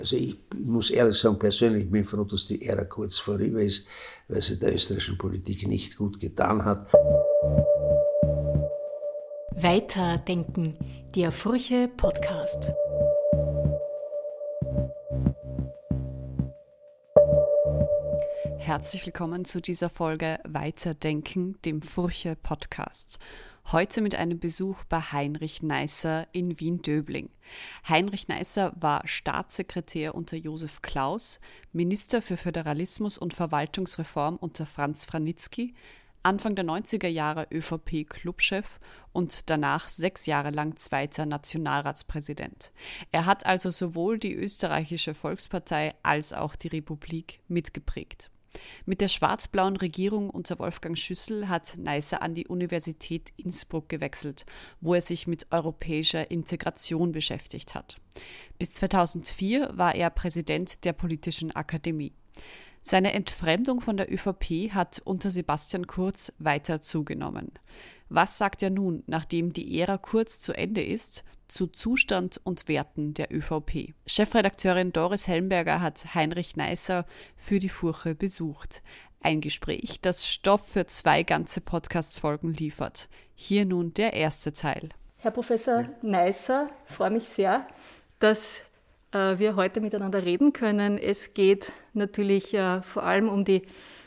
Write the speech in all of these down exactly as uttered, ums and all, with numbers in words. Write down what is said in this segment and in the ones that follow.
Also ich muss ehrlich sagen, persönlich bin ich froh, dass die Ära kurz vorüber ist, weil sie der österreichischen Politik nicht gut getan hat. Weiterdenken, der Furche Podcast. Herzlich willkommen zu dieser Folge Weiterdenken, dem Furche Podcast. Heute mit einem Besuch bei Heinrich Neisser in Wien-Döbling. Heinrich Neisser war Staatssekretär unter Josef Klaus, Minister für Föderalismus und Verwaltungsreform unter Franz Vranitzky, Anfang der neunziger Jahre ÖVP-Clubchef und danach sechs Jahre lang zweiter Nationalratspräsident. Er hat also sowohl die österreichische Volkspartei als auch die Republik mitgeprägt. Mit der schwarz-blauen Regierung unter Wolfgang Schüssel hat Neisser an die Universität Innsbruck gewechselt, wo er sich mit europäischer Integration beschäftigt hat. Bis zweitausendvier war er Präsident der Politischen Akademie. Seine Entfremdung von der ÖVP hat unter Sebastian Kurz weiter zugenommen. Was sagt er nun, nachdem die Ära Kurz zu Ende ist, zu Zustand und Werten der ÖVP? Chefredakteurin Doris Helmberger hat Heinrich Neisser für die Furche besucht. Ein Gespräch, das Stoff für zwei ganze Podcast-Folgen liefert. Hier nun der erste Teil. Herr Professor Neisser, ich freue mich sehr, dass äh, wir heute miteinander reden können. Es geht natürlich äh, vor allem um die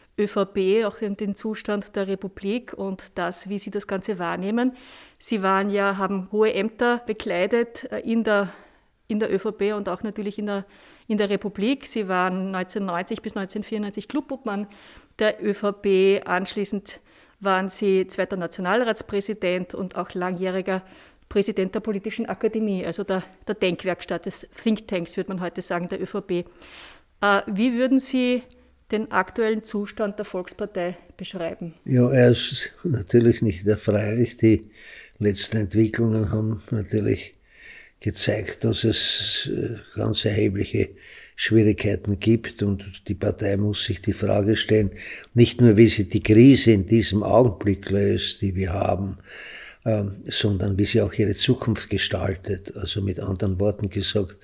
ÖVP, auch um den Zustand der Republik und das, wie Sie das Ganze wahrnehmen. Sie waren ja, haben hohe Ämter bekleidet in der, in der ÖVP und auch natürlich in der, in der Republik. Sie waren neunzehnhundertneunzig bis neunzehnhundertvierundneunzig Clubobmann der ÖVP. Anschließend waren Sie zweiter Nationalratspräsident und auch langjähriger Präsident der Politischen Akademie, also der, der Denkwerkstatt des Thinktanks, würde man heute sagen, der ÖVP. Äh, wie würden Sie den aktuellen Zustand der Volkspartei beschreiben? Ja, er ist natürlich nicht erfreulich. Die letzten Entwicklungen haben natürlich gezeigt, dass es ganz erhebliche Schwierigkeiten gibt und die Partei muss sich die Frage stellen, nicht nur wie sie die Krise in diesem Augenblick löst, die wir haben, sondern wie sie auch ihre Zukunft gestaltet. Also mit anderen Worten gesagt,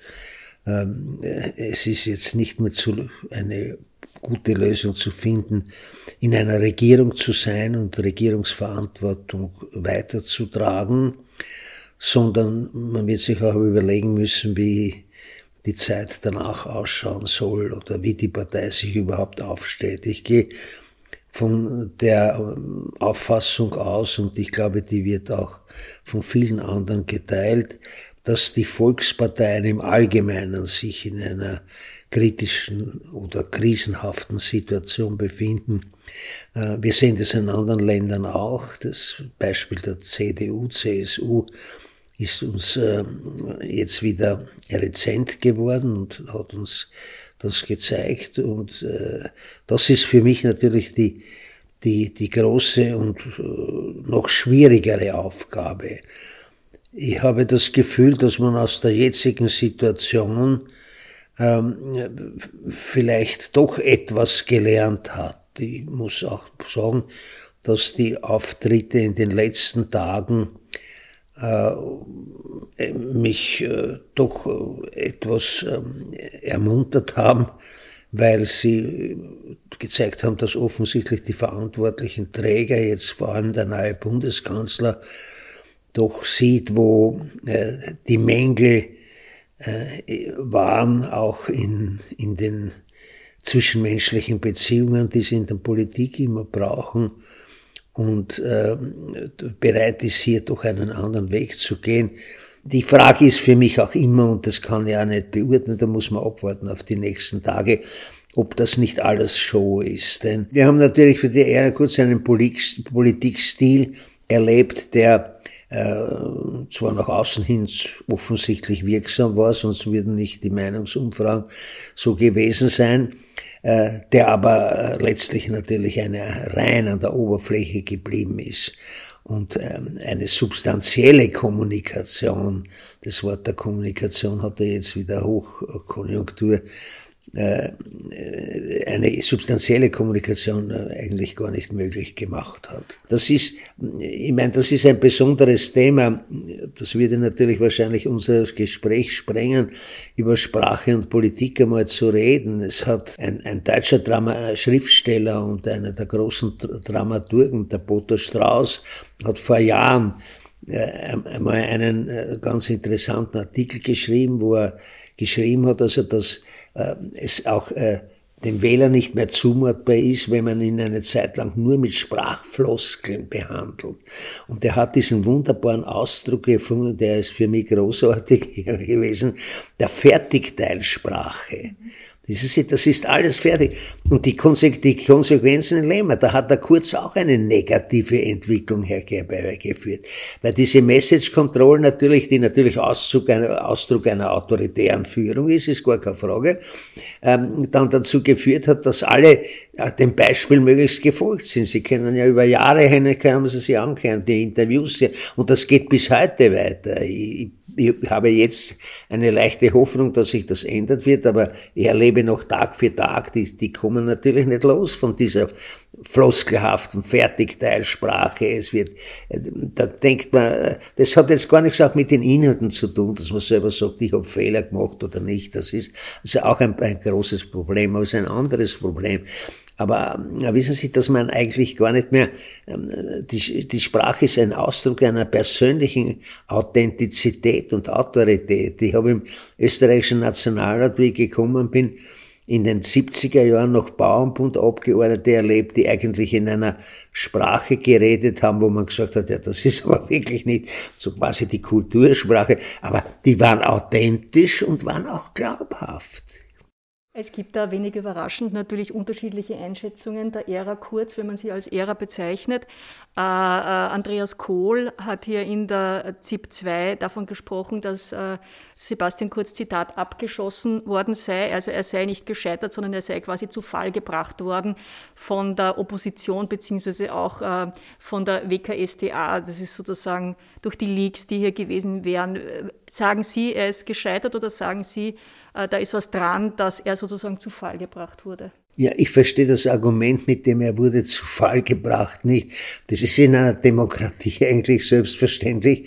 es ist jetzt nicht mehr zu eine gute Lösung zu finden, in einer Regierung zu sein und Regierungsverantwortung weiterzutragen, sondern man wird sich auch überlegen müssen, wie die Zeit danach ausschauen soll oder wie die Partei sich überhaupt aufstellt. Ich gehe von der Auffassung aus, und ich glaube, die wird auch von vielen anderen geteilt, dass die Volksparteien im Allgemeinen sich in einer kritischen oder krisenhaften Situation befinden. Wir sehen das in anderen Ländern auch. Das Beispiel der C D U, C S U ist uns jetzt wieder rezent geworden und hat uns das gezeigt. Und das ist für mich natürlich die, die, die große und noch schwierigere Aufgabe. Ich habe das Gefühl, dass man aus der jetzigen Situation ähm, vielleicht doch etwas gelernt hat. Ich muss auch sagen, dass die Auftritte in den letzten Tagen äh, mich äh, doch etwas äh, ermuntert haben, weil sie gezeigt haben, dass offensichtlich die verantwortlichen Träger, jetzt vor allem der neue Bundeskanzler, doch sieht, wo äh, die Mängel äh, waren, auch in, in den zwischenmenschlichen Beziehungen, die sie in der Politik immer brauchen, und äh, bereit ist, hier doch einen anderen Weg zu gehen. Die Frage ist für mich auch immer, und das kann ich auch nicht beurteilen, da muss man abwarten auf die nächsten Tage, ob das nicht alles Show ist. Denn wir haben natürlich für die Ära Kurz einen Politikstil erlebt, der Äh, zwar nach außen hin offensichtlich wirksam war, sonst würden nicht die Meinungsumfragen so gewesen sein, äh, der aber letztlich natürlich eine rein an der Oberfläche geblieben ist. Und ähm, eine substanzielle Kommunikation, das Wort der Kommunikation hat ja jetzt wieder Hochkonjunktur, eine substanzielle Kommunikation eigentlich gar nicht möglich gemacht hat. Das ist, ich meine, das ist ein besonderes Thema. Das würde natürlich wahrscheinlich unser Gespräch sprengen, über Sprache und Politik einmal zu reden. Es hat ein, ein deutscher Drama, Schriftsteller und einer der großen Dramaturgen, der Boto Strauß, hat vor Jahren einmal einen ganz interessanten Artikel geschrieben, wo er geschrieben hat, also dass äh, es auch äh, dem Wähler nicht mehr zumutbar ist, wenn man ihn eine Zeit lang nur mit Sprachfloskeln behandelt. Und er hat diesen wunderbaren Ausdruck gefunden, der ist für mich großartig gewesen, der Fertigteilsprache. Das ist, das ist alles fertig. Und die, Konse- die Konsequenzen leben wir. Da hat der Kurz auch eine negative Entwicklung herbeigeführt. Weil diese Message Control natürlich, die natürlich Ausdruck einer, Ausdruck einer autoritären Führung ist, ist gar keine Frage, ähm, dann dazu geführt hat, dass alle äh, dem Beispiel möglichst gefolgt sind. Sie können ja über Jahre hin, können Sie sich anhören, die Interviews, und das geht bis heute weiter. Ich, Ich habe jetzt eine leichte Hoffnung, dass sich das ändert wird, aber ich erlebe noch Tag für Tag, die, die kommen natürlich nicht los von dieser floskelhaften Fertigteilsprache. Es wird, da denkt man, das hat jetzt gar nichts auch mit den Inhalten zu tun, dass man selber sagt, ich habe Fehler gemacht oder nicht. Das ist also auch ein, ein großes Problem, aber es ist ein anderes Problem. Aber ja, wissen Sie, dass man eigentlich gar nicht mehr, die, die Sprache ist ein Ausdruck einer persönlichen Authentizität und Autorität. Ich habe im österreichischen Nationalrat, wie ich gekommen bin, in den siebziger Jahren noch Bauernbundabgeordnete erlebt, die eigentlich in einer Sprache geredet haben, wo man gesagt hat, ja, das ist aber wirklich nicht so quasi die Kultursprache, aber die waren authentisch und waren auch glaubhaft. Es gibt da wenig überraschend natürlich unterschiedliche Einschätzungen der Ära Kurz, wenn man sie als Ära bezeichnet. Äh, äh, Andreas Kohl hat hier in der Z I P zwei davon gesprochen, dass äh, Sebastian Kurz, Zitat, abgeschossen worden sei. Also er sei nicht gescheitert, sondern er sei quasi zu Fall gebracht worden von der Opposition beziehungsweise auch äh, von der W K S t A. Das ist sozusagen durch die Leaks, die hier gewesen wären. Sagen Sie, er ist gescheitert, oder sagen Sie, da ist was dran, dass er sozusagen zu Fall gebracht wurde? Ja, ich verstehe das Argument, mit dem er wurde zu Fall gebracht, nicht. Das ist in einer Demokratie eigentlich selbstverständlich.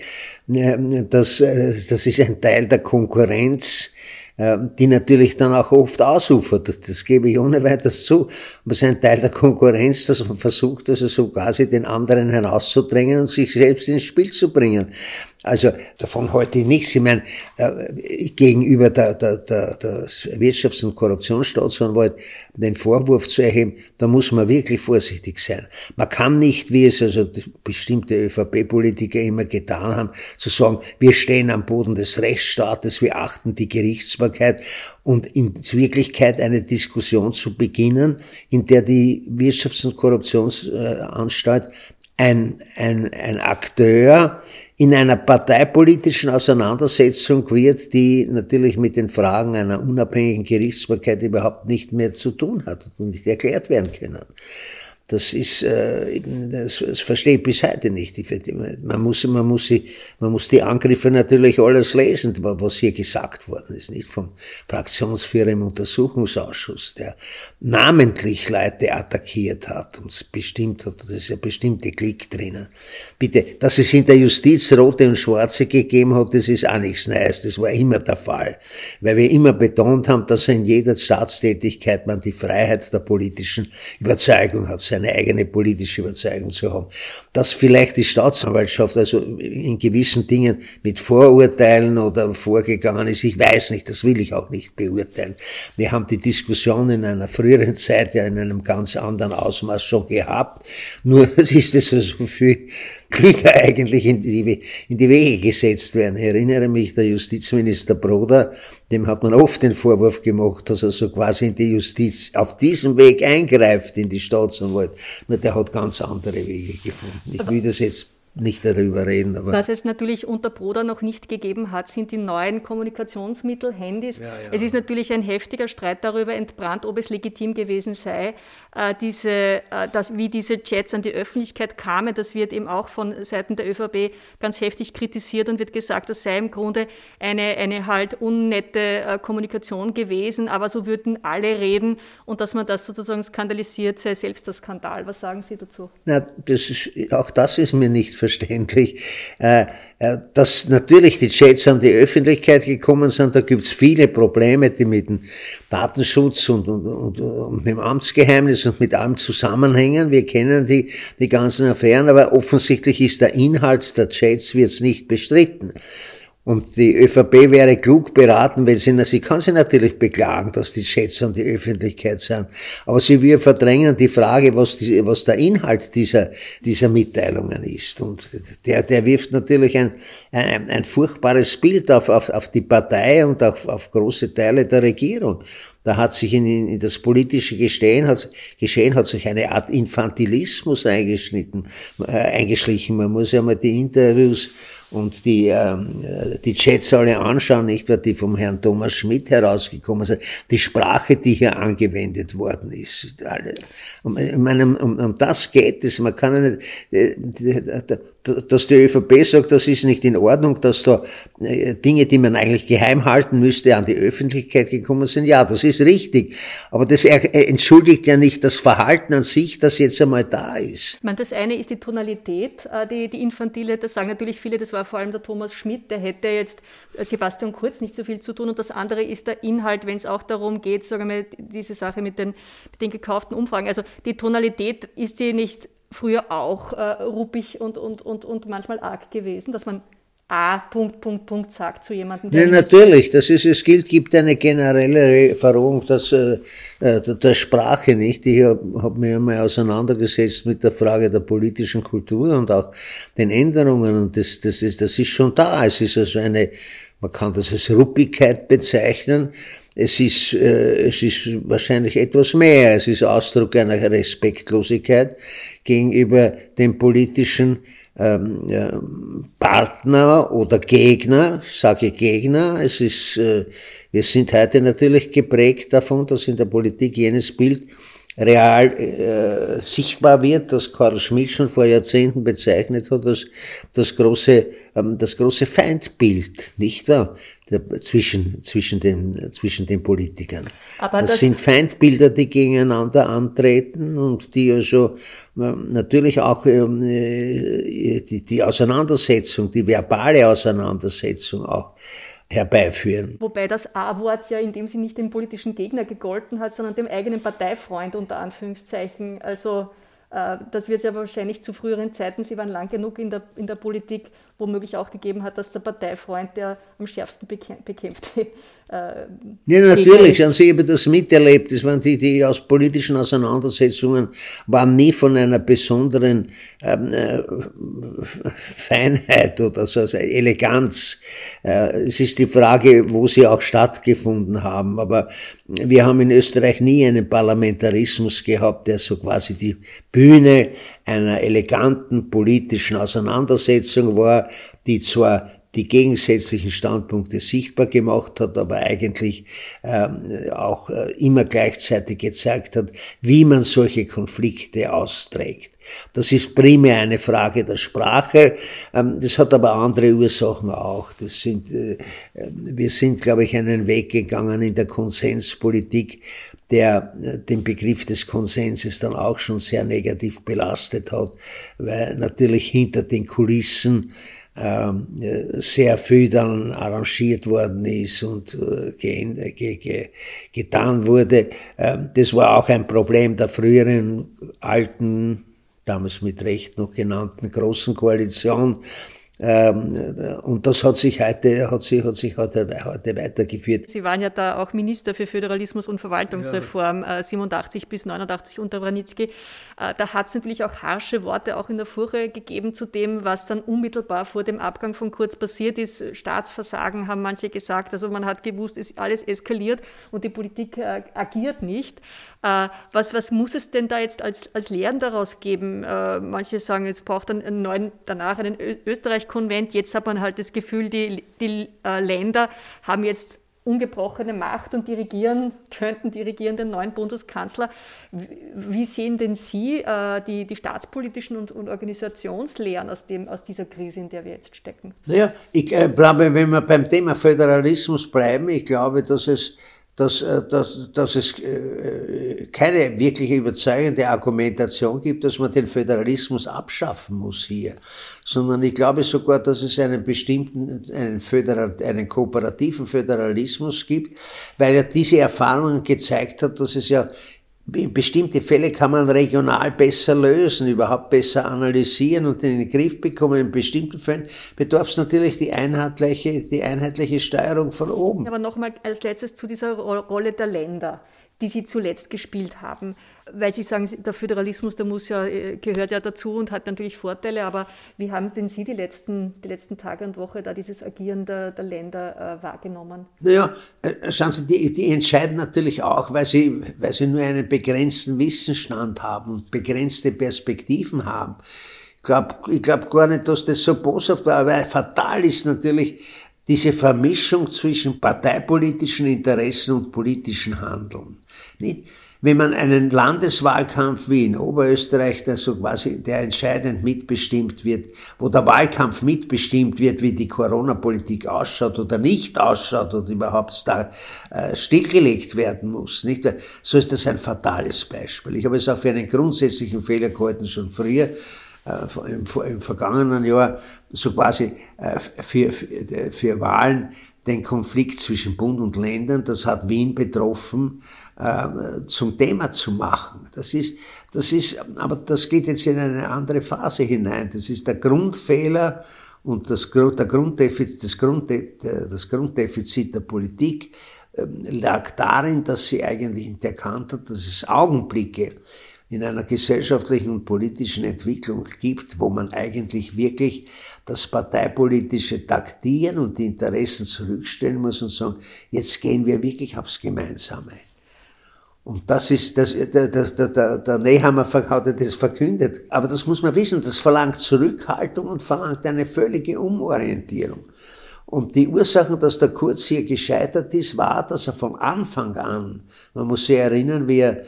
Das, das ist ein Teil der Konkurrenz, die natürlich dann auch oft ausufert. Das, das gebe ich ohne weiteres zu. Aber es ist ein Teil der Konkurrenz, dass man versucht, also so quasi den anderen herauszudrängen und sich selbst ins Spiel zu bringen. Also davon halte ich nichts. Ich meine, äh, gegenüber der, der, der, der Wirtschafts- und Korruptionsstaatsanwalt den Vorwurf zu erheben, da muss man wirklich vorsichtig sein. Man kann nicht, wie es also bestimmte ÖVP-Politiker immer getan haben, zu sagen, wir stehen am Boden des Rechtsstaates, wir achten die Gerichtsbarkeit, und in Wirklichkeit eine Diskussion zu beginnen, in der die Wirtschafts- und Korruptionsanstalt ein, ein, ein Akteur in einer parteipolitischen Auseinandersetzung wird, die natürlich mit den Fragen einer unabhängigen Gerichtsbarkeit überhaupt nicht mehr zu tun hat und nicht erklärt werden können. Das ist, äh, das, das verstehe ich bis heute nicht. Man muss, man muss, man muss die Angriffe natürlich alles lesen, was hier gesagt worden ist, nicht vom Fraktionsführer im Untersuchungsausschuss, der namentlich Leute attackiert hat und bestimmt hat, da ist ja bestimmte Klick drinnen. Bitte, dass es in der Justiz Rote und Schwarze gegeben hat, das ist auch nichts Neues, das war immer der Fall. Weil wir immer betont haben, dass in jeder Staatstätigkeit man die Freiheit der politischen Überzeugung hat, seine eigene politische Überzeugung zu haben. Dass vielleicht die Staatsanwaltschaft also in gewissen Dingen mit Vorurteilen oder vorgegangen ist, ich weiß nicht, das will ich auch nicht beurteilen. Wir haben die Diskussion in einer früheren Zeit ja in einem ganz anderen Ausmaß schon gehabt, nur es ist es so viel Glück eigentlich in die, in die Wege gesetzt werden. Ich erinnere mich, der Justizminister Broder, dem hat man oft den Vorwurf gemacht, dass er so quasi in die Justiz auf diesem Weg eingreift, in die Staatsanwalt. Nur der hat ganz andere Wege gefunden. Ich will das jetzt nicht darüber reden. Aber was es natürlich unter Broda noch nicht gegeben hat, sind die neuen Kommunikationsmittel, Handys. Ja, ja. Es ist natürlich ein heftiger Streit darüber entbrannt, ob es legitim gewesen sei, äh, diese, äh, dass, wie diese Chats an die Öffentlichkeit kamen. Das wird eben auch von Seiten der ÖVP ganz heftig kritisiert und wird gesagt, das sei im Grunde eine, eine halt unnette äh, Kommunikation gewesen, aber so würden alle reden und dass man das sozusagen skandalisiert, sei selbst der Skandal. Was sagen Sie dazu? Na, das ist, auch das ist mir nicht verständlich. Äh, dass natürlich die Chats an die Öffentlichkeit gekommen sind, da gibt's viele Probleme, die mit dem Datenschutz und, und, und, und mit dem Amtsgeheimnis und mit allem zusammenhängen. Wir kennen die, die ganzen Affären, aber offensichtlich ist der Inhalt der Chats wird's nicht bestritten. Und die ÖVP wäre klug beraten, wenn sie, sie kann sich natürlich beklagen, dass die Chats an die Öffentlichkeit sind. Aber sie wir verdrängen die Frage, was, die, was der Inhalt dieser, dieser Mitteilungen ist. Und der, der wirft natürlich ein, ein, ein furchtbares Bild auf, auf, auf die Partei und auf, auf große Teile der Regierung. Da hat sich in, in das politische Geschehen hat, Geschehen hat sich eine Art Infantilismus eingeschnitten, äh, eingeschlichen. Man muss ja mal die Interviews und die, ähm, die Chats alle anschauen, nicht wahr, die vom Herrn Thomas Schmidt herausgekommen sind. Die Sprache, die hier angewendet worden ist. Alle. Um, ich meine, um, um das geht es. Man kann ja nicht, dass die ÖVP sagt, das ist nicht in Ordnung, dass da Dinge, die man eigentlich geheim halten müsste, an die Öffentlichkeit gekommen sind. Ja, das ist richtig. Aber das entschuldigt ja nicht das Verhalten an sich, das jetzt einmal da ist. Ich meine, das eine ist die Tonalität, die, die infantile, das sagen natürlich viele, das war vor allem der Thomas Schmidt, der hätte jetzt Sebastian Kurz nicht so viel zu tun. Und das andere ist der Inhalt, wenn es auch darum geht, sagen wir, diese Sache mit den, mit den gekauften Umfragen. Also die Tonalität, ist die nicht früher auch äh, ruppig und, und, und, und manchmal arg gewesen, dass man A, Punkt, Punkt, Punkt sagt zu jemandem, der... Ja, natürlich, das ist, es gilt, gibt eine generelle Verrohung dass, äh, der Sprache, nicht? Ich habe hab mich einmal auseinandergesetzt mit der Frage der politischen Kultur und auch den Änderungen und das, das ist, das ist schon da. Es ist also eine, man kann das als Ruppigkeit bezeichnen. Es ist, äh, es ist wahrscheinlich etwas mehr. Es ist Ausdruck einer Respektlosigkeit gegenüber dem politischen ähm, äh, Partner oder Gegner. Ich sage Gegner. Es ist, äh, wir sind heute natürlich geprägt davon, dass in der Politik jenes Bild real äh, sichtbar wird, das Karl Schmidt schon vor Jahrzehnten bezeichnet hat, als das große, ähm, das große Feindbild, nicht wahr? Der, zwischen, zwischen den, zwischen den Politikern. Aber das, das sind Feindbilder, die gegeneinander antreten und die also ähm, natürlich auch ähm, die, die Auseinandersetzung, die verbale Auseinandersetzung auch herbeiführen. Wobei das A-Wort ja in dem Sinne nicht dem politischen Gegner gegolten hat, sondern dem eigenen Parteifreund unter Anführungszeichen. Also äh, das wird es ja wahrscheinlich zu früheren Zeiten, Sie waren lang genug in der, in der Politik, womöglich auch gegeben hat, dass der Parteifreund der am schärfsten bekämpfte äh, ja, natürlich, haben Sie eben das miterlebt. Das waren die, die aus politischen Auseinandersetzungen waren nie von einer besonderen ähm, äh, Feinheit oder so, also Eleganz. Äh, es ist die Frage, wo sie auch stattgefunden haben. Aber wir haben in Österreich nie einen Parlamentarismus gehabt, der so quasi die Bühne einer eleganten politischen Auseinandersetzung war, die zwar die gegensätzlichen Standpunkte sichtbar gemacht hat, aber eigentlich ähm, auch äh, immer gleichzeitig gezeigt hat, wie man solche Konflikte austrägt. Das ist primär eine Frage der Sprache, ähm, das hat aber andere Ursachen auch. Das sind, äh, wir sind, glaube ich, einen Weg gegangen in der Konsenspolitik, der äh, den Begriff des Konsenses dann auch schon sehr negativ belastet hat, weil natürlich hinter den Kulissen sehr viel dann arrangiert worden ist und ge, ge, ge, getan wurde. Das war auch ein Problem der früheren alten, damals mit Recht noch genannten Großen Koalition, Und das hat sich heute, hat sich, hat sich heute, heute weitergeführt. Sie waren ja da auch Minister für Föderalismus und Verwaltungsreform, ja. siebenundachtzig bis neunundachtzig unter Wranitzky. Da hat es natürlich auch harsche Worte auch in der Furche gegeben zu dem, was dann unmittelbar vor dem Abgang von Kurz passiert ist. Staatsversagen haben manche gesagt. Also man hat gewusst, es ist alles eskaliert und die Politik äh, agiert nicht. Äh, was, was muss es denn da jetzt als, als Lehren daraus geben? Äh, manche sagen, es braucht dann einen neuen, danach einen Ö- Österreich-Konvent. Jetzt hat man halt das Gefühl, die, die äh, Länder haben jetzt ungebrochene Macht und dirigieren, könnten dirigieren den neuen Bundeskanzler. Wie sehen denn Sie äh, die, die staatspolitischen und, und Organisationslehren aus, dem, aus dieser Krise, in der wir jetzt stecken? Naja, ich äh, glaube, wenn wir beim Thema Föderalismus bleiben, ich glaube, dass es Dass, dass, dass es keine wirkliche überzeugende Argumentation gibt, dass man den Föderalismus abschaffen muss hier, sondern ich glaube sogar, dass es einen bestimmten, einen, Föderal, einen kooperativen Föderalismus gibt, weil ja diese Erfahrung gezeigt hat, dass es ja bestimmte Fälle kann man regional besser lösen, überhaupt besser analysieren und in den Griff bekommen. In bestimmten Fällen bedarf es natürlich die einheitliche, die einheitliche Steuerung von oben. Aber nochmal als letztes zu dieser Rolle der Länder, die Sie zuletzt gespielt haben. Weil Sie sagen, der Föderalismus, der muss ja, gehört ja dazu und hat natürlich Vorteile, aber wie haben denn Sie die letzten, die letzten Tage und Woche da dieses Agieren der, der Länder äh, wahrgenommen? Naja, schauen Sie, die, die entscheiden natürlich auch, weil sie, weil sie nur einen begrenzten Wissensstand haben und begrenzte Perspektiven haben. Ich glaube ich glaub gar nicht, dass das so boshaft war, weil fatal ist natürlich diese Vermischung zwischen parteipolitischen Interessen und politischen Handeln. Nicht? Wenn man einen Landeswahlkampf wie in Oberösterreich, der so quasi, der entscheidend mitbestimmt wird, wo der Wahlkampf mitbestimmt wird, wie die Corona-Politik ausschaut oder nicht ausschaut oder überhaupt da äh, stillgelegt werden muss, nicht? So ist das ein fatales Beispiel. Ich habe es auch für einen grundsätzlichen Fehler gehalten, schon früher, äh, im, im vergangenen Jahr, so quasi äh, für, für, für Wahlen den Konflikt zwischen Bund und Ländern, das hat Wien betroffen, äh, zum Thema zu machen. Das ist, das ist, aber das geht jetzt in eine andere Phase hinein. Das ist der Grundfehler und das, der Grunddefizit, das, Grundde, das Grunddefizit der Politik äh, lag darin, dass sie eigentlich nicht erkannt hat, dass es Augenblicke in einer gesellschaftlichen und politischen Entwicklung gibt, wo man eigentlich wirklich das parteipolitische Taktieren und die Interessen zurückstellen muss und sagen, jetzt gehen wir wirklich aufs Gemeinsame. Und das ist, das, der, der, der, der Nehammer hat das verkündet. Aber das muss man wissen, das verlangt Zurückhaltung und verlangt eine völlige Umorientierung. Und die Ursache, dass der Kurz hier gescheitert ist, war, dass er von Anfang an, man muss sich erinnern, wie er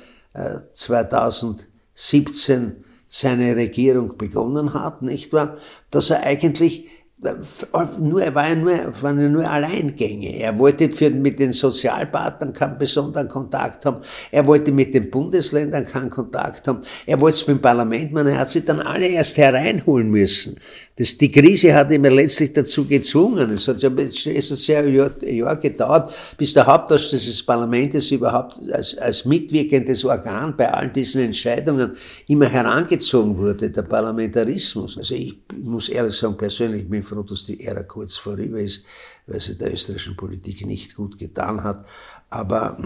zweitausendsiebzehn seine Regierung begonnen hat, nicht wahr? Dass er eigentlich nur, er war ja nur, waren ja nur Alleingänge. Er wollte für, mit den Sozialpartnern keinen besonderen Kontakt haben. Er wollte mit den Bundesländern keinen Kontakt haben. Er wollte es mit dem Parlament machen. Er hat sie dann alle erst hereinholen müssen. Das, die Krise hat ihn letztlich dazu gezwungen. Es hat ja es hat ja ein Jahr, ein Jahr gedauert, bis der Hauptausschuss des Parlaments überhaupt als, als mitwirkendes Organ bei all diesen Entscheidungen immer herangezogen wurde, der Parlamentarismus. Also ich muss ehrlich sagen, persönlich bin ich froh, dass die Ära kurz vorüber ist, weil sie der österreichischen Politik nicht gut getan hat. Aber,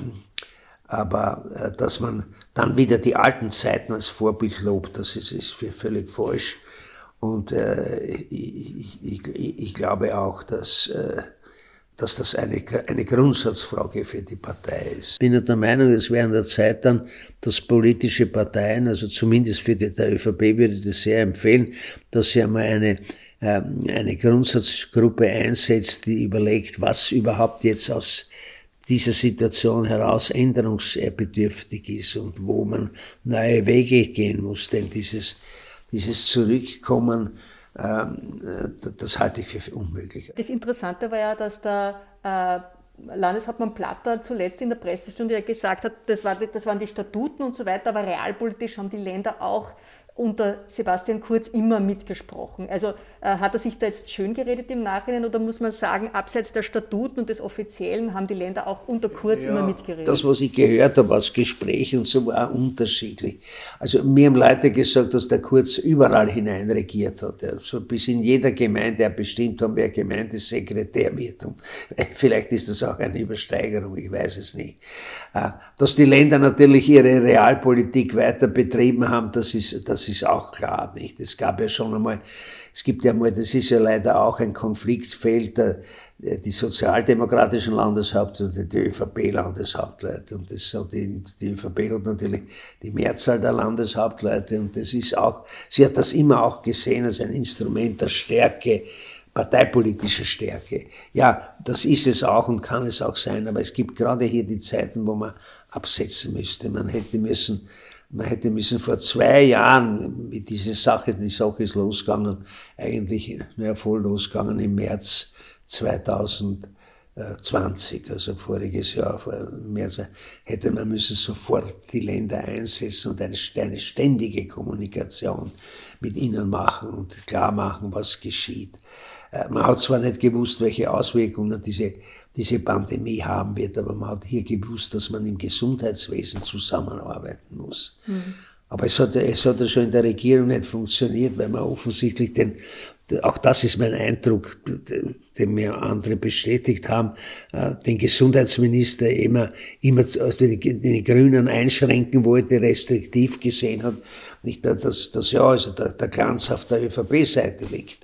aber dass man dann wieder die alten Zeiten als Vorbild lobt, das ist, ist für völlig falsch. Und äh, ich, ich, ich glaube auch, dass, äh, dass das eine, eine Grundsatzfrage für die Partei ist. Ich bin ja der Meinung, es wäre an der Zeit dann, dass politische Parteien, also zumindest für die, der ÖVP würde ich das sehr empfehlen, dass sie einmal eine, äh, eine Grundsatzgruppe einsetzt, die überlegt, was überhaupt jetzt aus dieser Situation heraus änderungsbedürftig ist und wo man neue Wege gehen muss, denn dieses Dieses Zurückkommen, das halte ich für unmöglich. Das Interessante war ja, dass der äh, Landeshauptmann Platter zuletzt in der Pressestunde ja gesagt hat, das, war, das waren die Statuten und so weiter, aber realpolitisch haben die Länder auch unter Sebastian Kurz immer mitgesprochen. Also äh, hat er sich da jetzt schön geredet im Nachhinein oder muss man sagen, abseits der Statuten und des Offiziellen haben die Länder auch unter Kurz ja, immer mitgeredet? Das, was ich gehört habe aus Gesprächen und so, war unterschiedlich. Also mir haben Leute gesagt, dass der Kurz überall hinein regiert hat. Also bis in jeder Gemeinde er bestimmt haben, wer Gemeindesekretär wird. Und vielleicht ist das auch eine Übersteigerung, ich weiß es nicht. Dass die Länder natürlich ihre Realpolitik weiter betrieben haben, das ist, das ist auch klar, nicht? Es gab ja schon einmal, es gibt ja mal, das ist ja leider auch ein Konfliktfeld, die sozialdemokratischen Landeshauptleute und die ÖVP-Landeshauptleute. Und das hat die, die ÖVP hat natürlich die Mehrzahl der Landeshauptleute und das ist auch, sie hat das immer auch gesehen als ein Instrument der Stärke, parteipolitische Stärke. Ja, das ist es auch und kann es auch sein, aber es gibt gerade hier die Zeiten, wo man absetzen müsste. Man hätte müssen, man hätte müssen vor zwei Jahren mit dieser Sache, die Sache ist losgegangen, eigentlich, naja, voll losgegangen im März zweitausendzwanzig, also voriges Jahr, im März, hätte man müssen sofort die Länder einsetzen und eine, eine ständige Kommunikation mit ihnen machen und klar machen, was geschieht. Man hat zwar nicht gewusst, welche Auswirkungen diese, diese Pandemie haben wird, aber man hat hier gewusst, dass man im Gesundheitswesen zusammenarbeiten muss. Mhm. Aber es hat, es hat ja schon in der Regierung nicht funktioniert, weil man offensichtlich den, auch das ist mein Eindruck, den mir andere bestätigt haben, den Gesundheitsminister immer, immer den Grünen einschränken wollte, restriktiv gesehen hat. Nicht nur, dass, dass ja, also der, der Glanz auf der ÖVP-Seite liegt.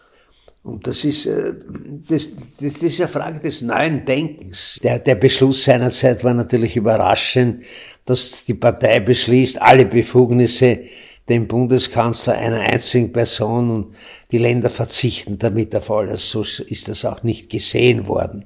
Und das ist, das, das ist eine Frage des neuen Denkens. Der, der Beschluss seinerzeit war natürlich überraschend, dass die Partei beschließt, alle Befugnisse dem Bundeskanzler einer einzigen Person und die Länder verzichten damit auf alles. So ist das auch nicht gesehen worden.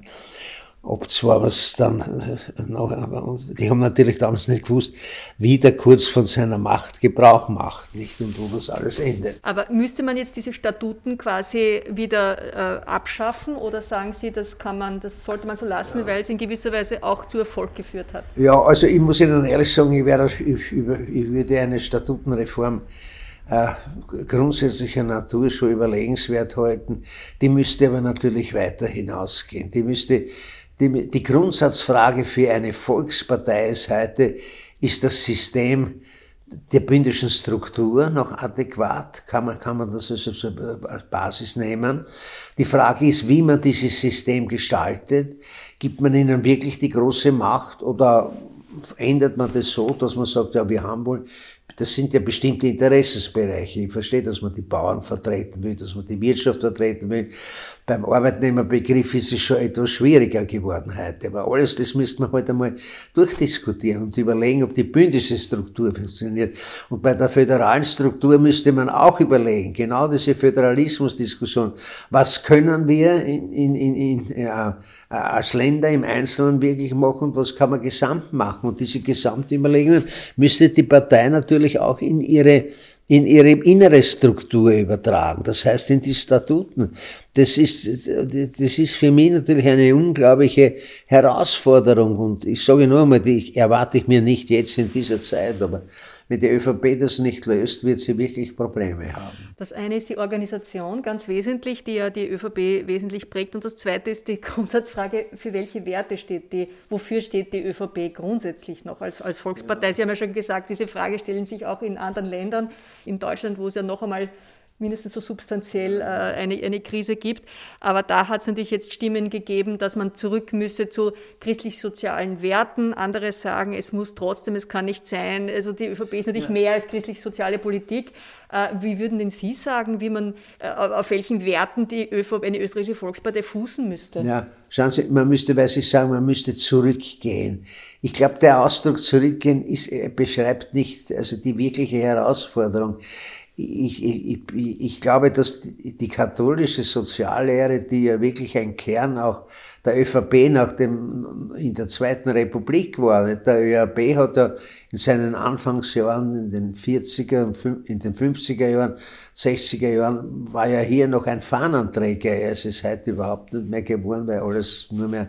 Ob zwar was dann noch, aber die haben natürlich damals nicht gewusst, wie der Kurz von seiner Macht Gebrauch macht, nicht, und wo das alles endet. Aber müsste man jetzt diese Statuten quasi wieder äh, abschaffen oder sagen Sie, das kann man, das sollte man so lassen, ja, weil es in gewisser Weise auch zu Erfolg geführt hat? Ja, also ich muss Ihnen ehrlich sagen, ich, wäre, ich, ich würde eine Statutenreform äh, grundsätzlicher Natur schon überlegenswert halten. Die müsste aber natürlich weiter hinausgehen. Die müsste Die, die Grundsatzfrage für eine Volkspartei ist heute, ist das System der bündischen Struktur noch adäquat? Kann man, kann man das als, als Basis nehmen? Die Frage ist, wie man dieses System gestaltet. Gibt man ihnen wirklich die große Macht oder ändert man das so, dass man sagt, ja, wir haben wohl, das sind ja bestimmte Interessensbereiche. Ich verstehe, dass man die Bauern vertreten will, dass man die Wirtschaft vertreten will. Beim Arbeitnehmerbegriff ist es schon etwas schwieriger geworden heute. Aber alles das müsste man heute einmal durchdiskutieren und überlegen, ob die bündische Struktur funktioniert. Und bei der föderalen Struktur müsste man auch überlegen, genau diese Föderalismusdiskussion. Was können wir in, in, in, in, ja, als Länder im Einzelnen wirklich machen und was kann man gesamt machen? Und diese Gesamtüberlegungen müsste die Partei natürlich auch in ihre in ihre innere Struktur übertragen, das heißt in die Statuten. Das ist, das ist für mich natürlich eine unglaubliche Herausforderung und ich sage nur einmal, die erwarte ich mir nicht jetzt in dieser Zeit, aber wenn die ÖVP das nicht löst, wird sie wirklich Probleme haben. Das eine ist die Organisation, ganz wesentlich, die ja die ÖVP wesentlich prägt. Und das zweite ist die Grundsatzfrage, für welche Werte steht die, wofür steht die ÖVP grundsätzlich noch als, als Volkspartei? Ja. Sie haben ja schon gesagt, diese Frage stellen sich auch in anderen Ländern, in Deutschland, wo es ja noch einmal mindestens so substanziell äh, eine, eine Krise gibt. Aber da hat es natürlich jetzt Stimmen gegeben, dass man zurück müsse zu christlich-sozialen Werten. Andere sagen, es muss trotzdem, es kann nicht sein. Also die ÖVP ist natürlich ja. mehr als christlich-soziale Politik. Äh, wie würden denn Sie sagen, wie man, äh, auf welchen Werten die ÖVP, eine österreichische Volkspartei, fußen müsste? Ja, schauen Sie, man müsste, weil Sie sagen, man müsste zurückgehen. Ich glaube, der Ausdruck zurückgehen ist, beschreibt nicht also die wirkliche Herausforderung. Ich, ich, ich, ich glaube, dass die, die katholische Soziallehre, die ja wirklich ein Kern auch der ÖVP nach dem, in der Zweiten Republik war, der ÖAB hat ja in seinen Anfangsjahren, in den vierziger, in den fünfziger Jahren, sechziger Jahren, war ja hier noch ein Fahnenträger. Er ist es heute überhaupt nicht mehr geworden, weil alles nur mehr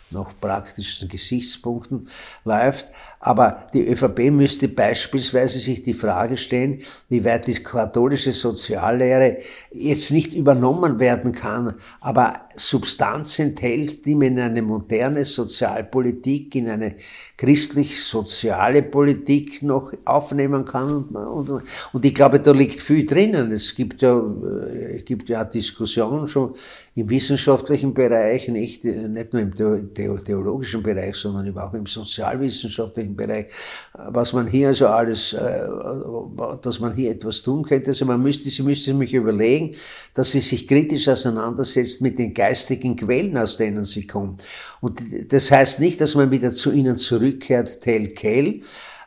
nach praktischen Gesichtspunkten läuft. Aber die ÖVP müsste beispielsweise sich die Frage stellen, wie weit die katholische Soziallehre jetzt nicht übernommen werden kann, aber Substanz enthält, die man in eine moderne Sozialpolitik, in eine christlich-soziale Politik noch aufnehmen kann. Und, und, und ich glaube, da liegt viel drinnen. Es gibt ja, es gibt ja Diskussionen schon im wissenschaftlichen Bereich, nicht, nicht nur im theologischen Bereich, sondern auch im sozialwissenschaftlichen Bereich, was man hier also alles, dass man hier etwas tun könnte. Also man müsste, Sie müsste sich überlegen, dass sie sich kritisch auseinandersetzt mit den geistigen Quellen, aus denen sie kommt. Und das heißt nicht, dass man wieder zu ihnen zurückkehrt, tel quel.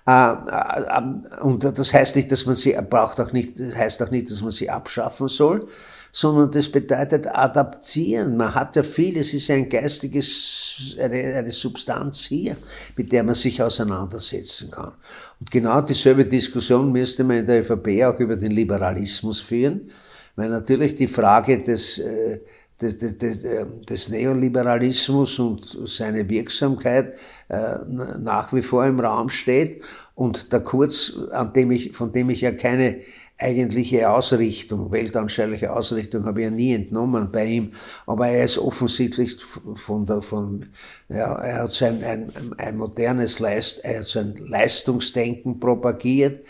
Und das heißt nicht, dass man sie braucht auch nicht, das heißt auch nicht, dass man sie abschaffen soll, sondern das bedeutet adaptieren. Man hat ja viel, es ist ein geistiges, eine, eine Substanz hier, mit der man sich auseinandersetzen kann. Und genau dieselbe Diskussion müsste man in der ÖVP auch über den Liberalismus führen, weil natürlich die Frage des, des, des, des, des Neoliberalismus und seine Wirksamkeit nach wie vor im Raum steht und der Kurz, an dem ich, von dem ich ja keine eigentliche Ausrichtung, weltanschauliche Ausrichtung habe ich ja nie entnommen bei ihm, aber er ist offensichtlich von der, von, ja, er hat so ein, ein, ein modernes Leist, er hat so ein Leistungsdenken propagiert,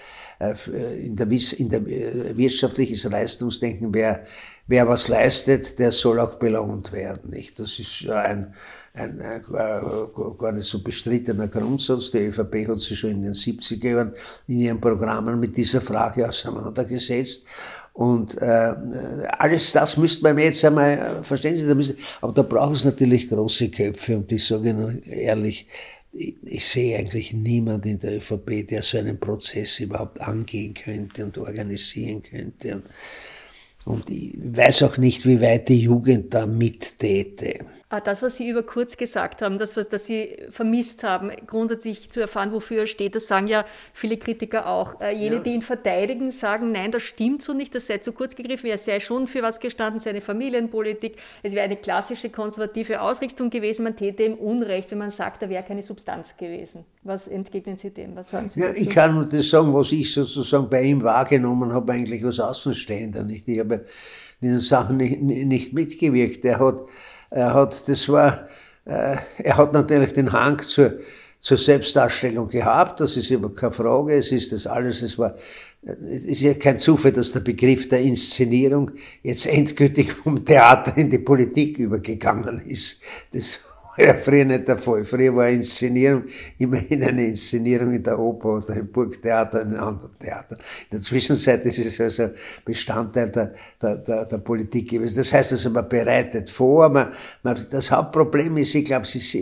in der, in der wirtschaftliches Leistungsdenken, wer, wer was leistet, der soll auch belohnt werden, nicht? Das ist ja ein, ein, ein gar nicht so bestrittener Grundsatz. Die ÖVP hat sich schon in den siebziger Jahren in ihren Programmen mit dieser Frage auseinandergesetzt. Und äh, alles das müsste man jetzt einmal, verstehen Sie, da müssen, aber da braucht es natürlich große Köpfe. Und ich sage Ihnen ehrlich, ich, ich sehe eigentlich niemand in der ÖVP, der so einen Prozess überhaupt angehen könnte und organisieren könnte. Und, und ich weiß auch nicht, wie weit die Jugend da mittäte. Das, was Sie über Kurz gesagt haben, das, was das Sie vermisst haben, grundsätzlich zu erfahren, wofür er steht, das sagen ja viele Kritiker auch. Jene, ja. die ihn verteidigen, sagen, nein, das stimmt so nicht, das sei zu kurz gegriffen, er sei schon für was gestanden, seine Familienpolitik, es wäre eine klassische konservative Ausrichtung gewesen, man täte ihm Unrecht, wenn man sagt, da wäre keine Substanz gewesen. Was entgegnen Sie dem? Was sagen Sie ja, dazu? Ich kann nur das sagen, was ich sozusagen bei ihm wahrgenommen habe, eigentlich als Außenstehender. Nicht? Ich habe in den Sachen nicht, nicht mitgewirkt. Er hat Er hat, das war, äh, er hat natürlich den Hang zur, zur Selbstdarstellung gehabt, das ist aber keine Frage, es ist das alles, es war, es ist ja kein Zufall, dass der Begriff der Inszenierung jetzt endgültig vom Theater in die Politik übergegangen ist. Das war ja früher nicht der Fall. Früher war Inszenierung immerhin eine Inszenierung in der Oper oder im Burgtheater, in einem anderen Theater. In der Zwischenzeit ist es also Bestandteil der, der, der, der Politik gewesen. Das heißt also, man bereitet vor, man, man, das Hauptproblem ist, ich glaube, es,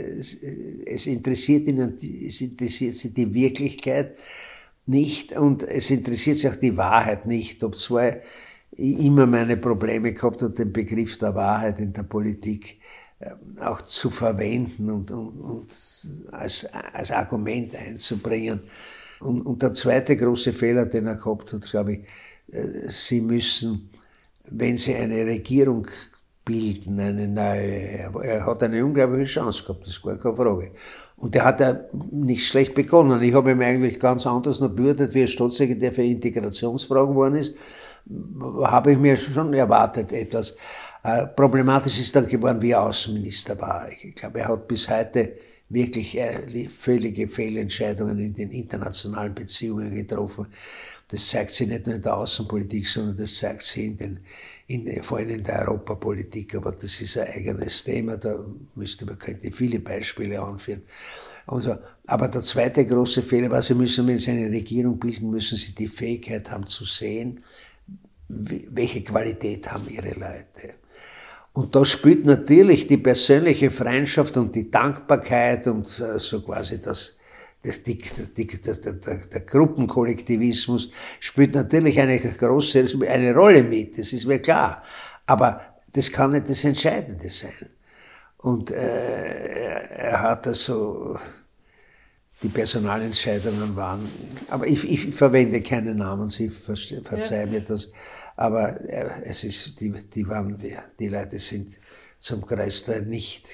es interessiert Ihnen, es interessiert Sie die Wirklichkeit nicht und es interessiert Sie auch die Wahrheit nicht, obwohl ich immer meine Probleme gehabt habe, den Begriff der Wahrheit in der Politik auch zu verwenden und, und, und als, als Argument einzubringen. Und, und der zweite große Fehler, den er gehabt hat, glaube ich, Sie müssen, wenn Sie eine Regierung bilden, eine neue, er hat eine unglaubliche Chance gehabt, das ist gar keine Frage. Und der hat ja nicht schlecht begonnen. Ich habe ihn eigentlich ganz anders noch beurteilt, wie er Staatssekretär für Integrationsfragen geworden ist, habe ich mir schon erwartet etwas. Äh, problematisch ist dann geworden, wie er Außenminister war. Ich glaube, er hat bis heute wirklich äh, völlige Fehlentscheidungen in den internationalen Beziehungen getroffen. Das zeigt sich nicht nur in der Außenpolitik, sondern das zeigt sich in den, in, vor allem in der Europapolitik. Aber das ist ein eigenes Thema, da müsste man könnte viele Beispiele anführen. Also, aber der zweite große Fehler war, Sie müssen, wenn Sie eine Regierung bilden, müssen Sie die Fähigkeit haben zu sehen, welche Qualität haben Ihre Leute. Und da spielt natürlich die persönliche Freundschaft und die Dankbarkeit und äh, so quasi das, das, die, die, das der, der Gruppenkollektivismus spielt natürlich eine große, eine Rolle mit, das ist mir klar. Aber das kann nicht das Entscheidende sein. Und äh, er, er hat also, die Personalentscheidungen waren, aber ich, ich verwende keine Namen, Sie verzeihen ja. mir das, aber es ist, die, die waren, die Leute sind zum Großteil nicht.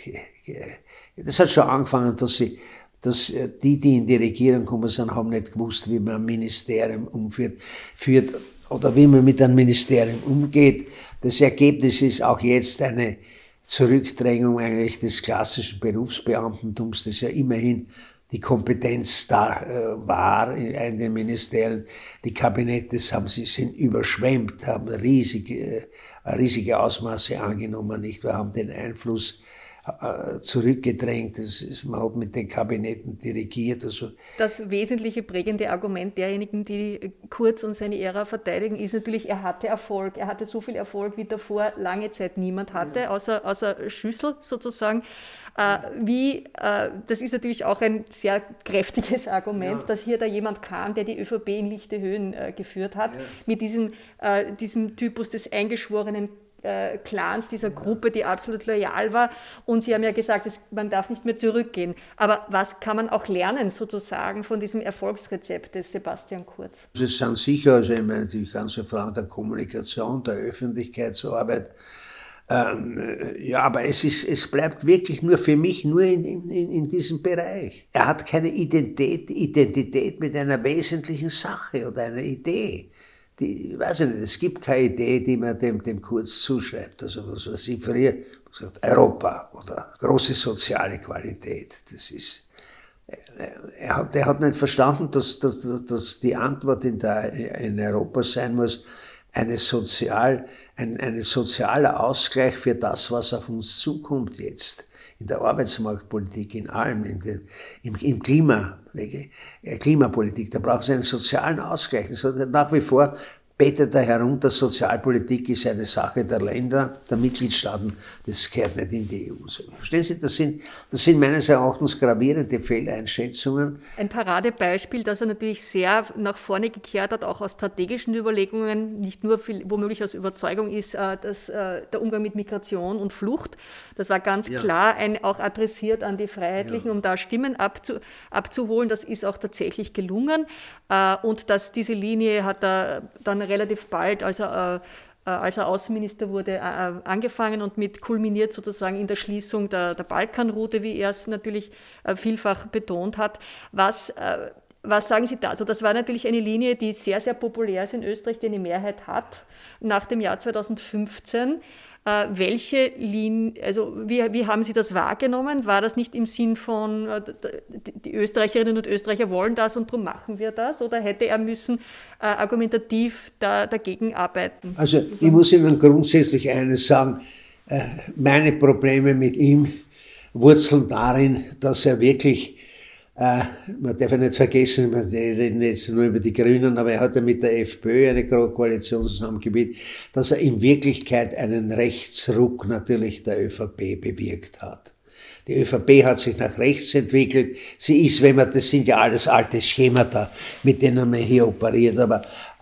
Das hat schon angefangen, dass sie, dass die, die in die Regierung gekommen sind, haben nicht gewusst, wie man ein Ministerium umführt, führt, oder wie man mit einem Ministerium umgeht. Das Ergebnis ist auch jetzt eine Zurückdrängung eigentlich des klassischen Berufsbeamtentums, das ja immerhin die Kompetenz da äh, war in, in den Ministerien. Die Kabinette haben sie, sind überschwemmt, haben riesige, äh, riesige Ausmaße angenommen, nicht? Wir haben den Einfluss äh, zurückgedrängt. Das ist, man hat mit den Kabinetten dirigiert. Also. Das wesentliche prägende Argument derjenigen, die Kurz und seine Ära verteidigen, ist natürlich, er hatte Erfolg. Er hatte so viel Erfolg, wie davor lange Zeit niemand hatte, ja. außer, außer Schüssel sozusagen. Äh, wie, äh, das ist natürlich auch ein sehr kräftiges Argument, ja. dass hier da jemand kam, der die ÖVP in lichte Höhen äh, geführt hat, ja. mit diesem, äh, diesem Typus des eingeschworenen äh, Clans, dieser Gruppe, die absolut loyal war. Und Sie haben ja gesagt, es, man darf nicht mehr zurückgehen. Aber was kann man auch lernen sozusagen von diesem Erfolgsrezept des Sebastian Kurz? Es sind sicher, also ich meine, die ganze Frage der Kommunikation, der Öffentlichkeitsarbeit, Ähm, ja, aber es ist, es bleibt wirklich nur für mich nur in, in, in diesem Bereich. Er hat keine Identität, Identität mit einer wesentlichen Sache oder einer Idee. Die, ich weiß nicht, es gibt keine Idee, die man dem, dem Kurz zuschreibt. Also, was weiß ich früher gesagt, Europa oder große soziale Qualität. Das ist, er hat, er hat nicht verstanden, dass, dass, dass die Antwort in, der, in Europa sein muss, eine sozial, ein, ein sozialer Ausgleich für das, was auf uns zukommt jetzt. In der Arbeitsmarktpolitik, in allem, in den, im, im Klima, Klimapolitik, da braucht es einen sozialen Ausgleich. Das hat nach wie vor betet er herunter, Sozialpolitik ist eine Sache der Länder, der Mitgliedstaaten, das gehört nicht in die E U. Verstehen Sie, das sind, das sind meines Erachtens gravierende Fehleinschätzungen. Ein Paradebeispiel, das er natürlich sehr nach vorne gekehrt hat, auch aus strategischen Überlegungen, nicht nur viel, womöglich aus Überzeugung, ist dass, der Umgang mit Migration und Flucht. Das war ganz ja. klar ein, auch adressiert an die Freiheitlichen, ja. um da Stimmen abzu, abzuholen. Das ist auch tatsächlich gelungen. Und dass diese Linie hat er dann relativ bald, als er, äh, als er Außenminister wurde, äh, angefangen und mit kulminiert sozusagen in der Schließung der, der Balkanroute, wie er es natürlich äh, vielfach betont hat. Was, äh, was sagen Sie da? Also das war natürlich eine Linie, die sehr, sehr populär ist in Österreich, die eine Mehrheit hat nach dem Jahr zweitausendfünfzehn. Äh, welche Linien, also wie, wie haben Sie das wahrgenommen? War das nicht im Sinn von, äh, die Österreicherinnen und Österreicher wollen das und darum machen wir das? Oder hätte er müssen äh, argumentativ da, dagegen arbeiten? Also ich muss Ihnen grundsätzlich eines sagen, äh, meine Probleme mit ihm wurzeln darin, dass er wirklich, äh, man darf ja nicht vergessen, wir reden jetzt nur über die Grünen, aber er hat ja mit der FPÖ eine Koalition zusammengebildet, dass er in Wirklichkeit einen Rechtsruck natürlich der ÖVP bewirkt hat. Die ÖVP hat sich nach rechts entwickelt. Sie ist, wenn man, das sind ja alles alte Schemata, mit denen man hier operiert, aber,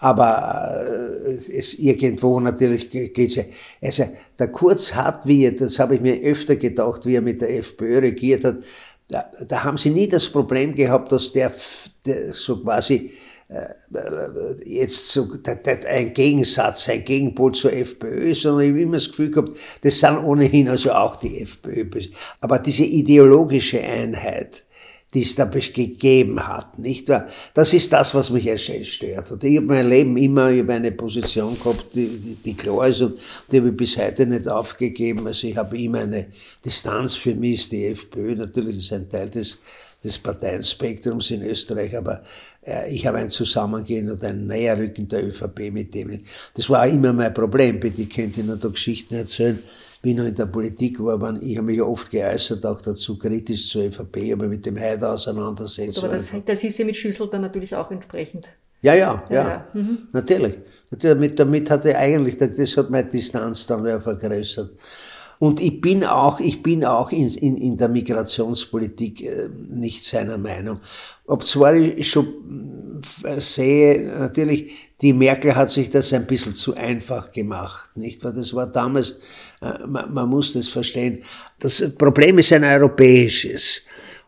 aber es irgendwo natürlich geht's ja. Also der Kurz hat, wie er, das habe ich mir öfter gedacht, wie er mit der FPÖ regiert hat, Da, da haben sie nie das Problem gehabt, dass der, der so quasi äh, jetzt so der, der, ein Gegensatz, ein Gegenpol zur FPÖ, sondern ich habe immer das Gefühl gehabt, das sind ohnehin also auch die FPÖ. Aber diese ideologische Einheit, die es da gegeben hat, nicht wahr? Das ist das, was mich erst stört. Und ich habe mein Leben immer, ich habe eine Position gehabt, die, die, die klar ist und die habe ich bis heute nicht aufgegeben. Also ich habe immer eine Distanz. Für mich ist die FPÖ natürlich ist ein Teil des, des Parteienspektrums in Österreich, aber äh, ich habe ein Zusammengehen und ein Näherrücken der ÖVP mit dem. Das war auch immer mein Problem. Bitte, ich könnte Ihnen da Geschichten erzählen, wie ich noch in der Politik war, aber ich habe mich ja oft geäußert, auch dazu kritisch zur ÖVP, aber mit dem Haider auseinandersetzt. Aber das, das ist ja mit Schüssel dann natürlich auch entsprechend. Ja, ja, ja, ja, ja. Mhm. natürlich. Damit, damit hat er eigentlich, das hat meine Distanz dann ja vergrößert. Und ich bin auch, ich bin auch in, in, in der Migrationspolitik äh, nicht seiner Meinung. Ob zwar ich schon äh, sehe, natürlich, die Merkel hat sich das ein bisschen zu einfach gemacht, nicht? Weil das war damals, äh, man, man muss das verstehen. Das Problem ist ein europäisches.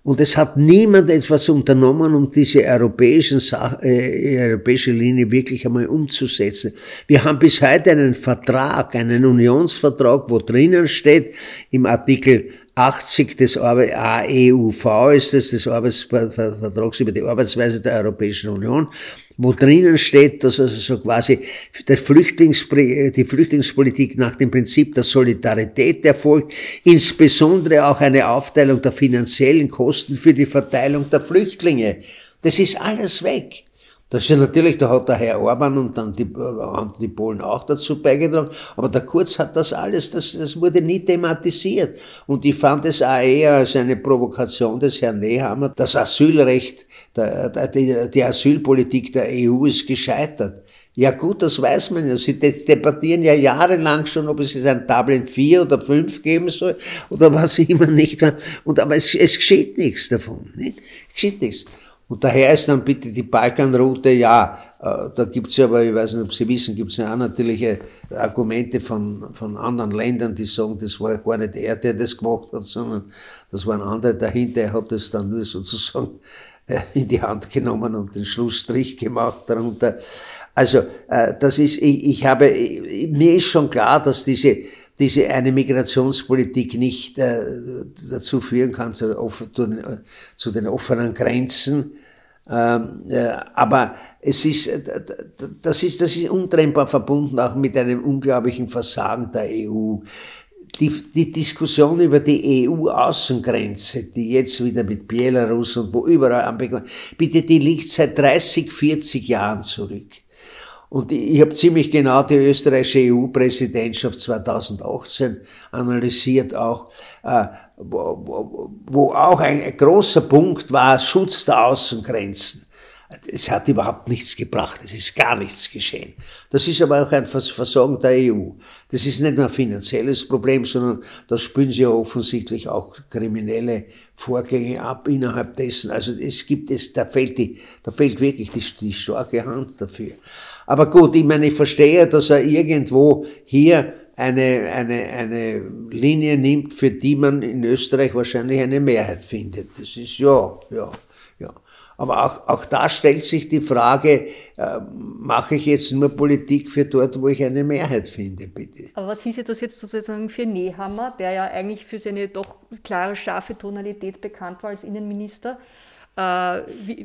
Und es hat niemand etwas unternommen, um diese europäischen Sa- äh, europäische Linie wirklich einmal umzusetzen. Wir haben bis heute einen Vertrag, einen Unionsvertrag, wo drinnen steht, im Artikel achtzig des A E U V ist das, des Arbeitsvertrags über die Arbeitsweise der Europäischen Union, wo drinnen steht, dass also so quasi der Flüchtlings, die Flüchtlingspolitik nach dem Prinzip der Solidarität erfolgt, insbesondere auch eine Aufteilung der finanziellen Kosten für die Verteilung der Flüchtlinge. Das ist alles weg. Das ist ja natürlich, da hat der Herr Orban und dann die, haben die Polen auch dazu beigetragen, aber der Kurz hat das alles, das, das wurde nie thematisiert. Und ich fand es auch eher als eine Provokation des Herrn Nehammer. Das Asylrecht, der, der, die, die Asylpolitik der E U ist gescheitert. Ja gut, das weiß man ja. Sie debattieren ja jahrelang schon, ob es jetzt ein Dublin vier oder fünf geben soll oder was immer nicht. Und, aber es, es geschieht nichts davon, nicht? Es geschieht nichts. Und daher ist dann bitte die Balkanroute, ja, äh, da gibt's ja, aber ich weiß nicht, ob Sie wissen, gibt's ja auch natürliche Argumente von, von anderen Ländern, die sagen, das war gar nicht er, der das gemacht hat, sondern das waren andere dahinter, er hat das dann nur sozusagen äh, in die Hand genommen und den Schlussstrich gemacht darunter. Also, äh, das ist, ich, ich habe, ich, mir ist schon klar, dass diese, diese eine Migrationspolitik nicht äh, dazu führen kann zu, zu, den, zu den offenen Grenzen. Ähm, äh, aber es ist, äh, das ist, das ist untrennbar verbunden auch mit einem unglaublichen Versagen der E U. Die, die Diskussion über die E U-Außengrenze, die jetzt wieder mit Belarus und wo überall anbekommt, bitte, die liegt seit dreißig, vierzig Jahren zurück. Und ich habe ziemlich genau die österreichische E U-Präsidentschaft zweitausendachtzehn analysiert auch, äh, wo, wo, wo auch ein großer Punkt war Schutz der Außengrenzen. Es hat überhaupt nichts gebracht, es ist gar nichts geschehen. Das ist aber auch ein Versagen der E U. Das ist nicht nur ein finanzielles Problem, sondern da spüren sie ja offensichtlich auch kriminelle Vorgänge ab innerhalb dessen. Also es gibt es, da fehlt die, da fehlt wirklich die, die starke Hand dafür. Aber gut, ich meine, ich verstehe, dass er irgendwo hier eine, eine, eine Linie nimmt, für die man in Österreich wahrscheinlich eine Mehrheit findet. Das ist, ja, ja, ja. Aber auch, auch da stellt sich die Frage, äh, mache ich jetzt nur Politik für dort, wo ich eine Mehrheit finde, bitte? Aber was hieße das jetzt sozusagen für Nehammer, der ja eigentlich für seine doch klare, scharfe Tonalität bekannt war als Innenminister? Äh, wie,